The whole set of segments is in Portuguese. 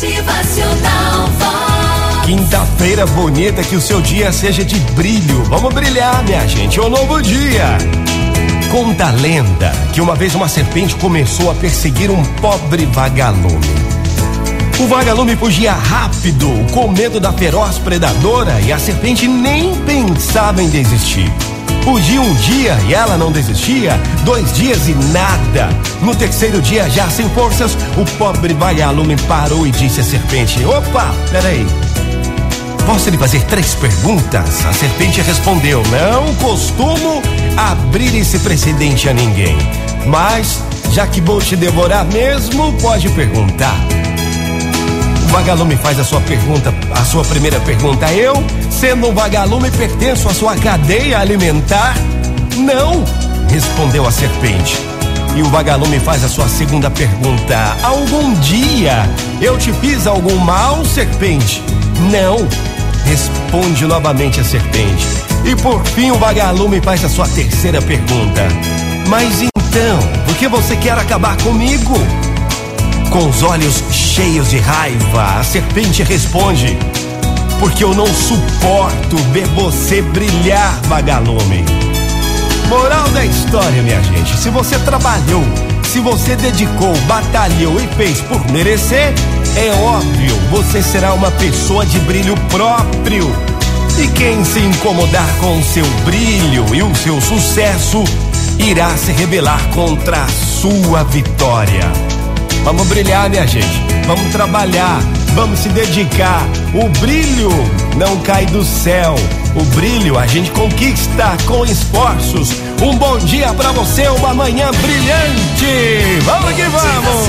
Motivacional Vox. Quinta-feira bonita, que o seu dia seja de brilho. Vamos brilhar, minha gente, é um novo dia. Conta a lenda que uma vez uma serpente começou a perseguir um pobre vagalume. O vagalume fugia rápido, com medo da feroz predadora, e a serpente nem pensava em desistir. Fugia um dia e ela não desistia, 2 dias e nada. No terceiro dia, já sem forças, o pobre vagalume parou e disse à serpente: opa, peraí, posso lhe fazer 3 perguntas? A serpente respondeu: não costumo abrir esse precedente a ninguém, mas já que vou te devorar mesmo, pode perguntar. O vagalume faz a sua primeira pergunta: eu, sendo um vagalume, pertenço à sua cadeia alimentar? Não, respondeu a serpente. E o vagalume faz a sua segunda pergunta: algum dia eu te fiz algum mal, serpente? Não, responde novamente a serpente. E por fim o vagalume faz a sua terceira pergunta: mas então, por que você quer acabar comigo? Com os olhos cheios de raiva, a serpente responde: porque eu não suporto ver você brilhar, vagalume. Moral da história, minha gente: se você trabalhou, se você dedicou, batalhou e fez por merecer, é óbvio, você será uma pessoa de brilho próprio. E quem se incomodar com o seu brilho e o seu sucesso, irá se rebelar contra a sua vitória. Vamos brilhar, minha gente, vamos trabalhar, vamos se dedicar. O brilho não cai do céu, o brilho a gente conquista com esforços. Um bom dia pra você, uma manhã brilhante. Vamos que vamos!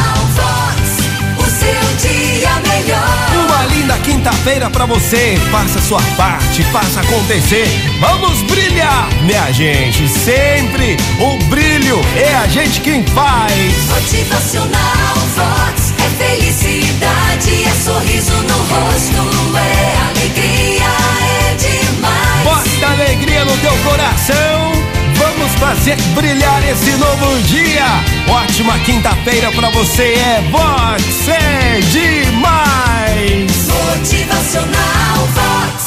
O seu dia melhor. Uma linda quinta-feira pra você. Faça sua parte, faça acontecer. Vamos brilhar, minha gente. Sempre o brilho é a gente quem faz. Motivacional Vox é felicidade, é sorriso no rosto, é alegria, é demais. Bota alegria no teu coração. Vamos fazer brilhar esse novo dia. Ótima quinta-feira pra você. É Vox, é demais. Motivacional Vox.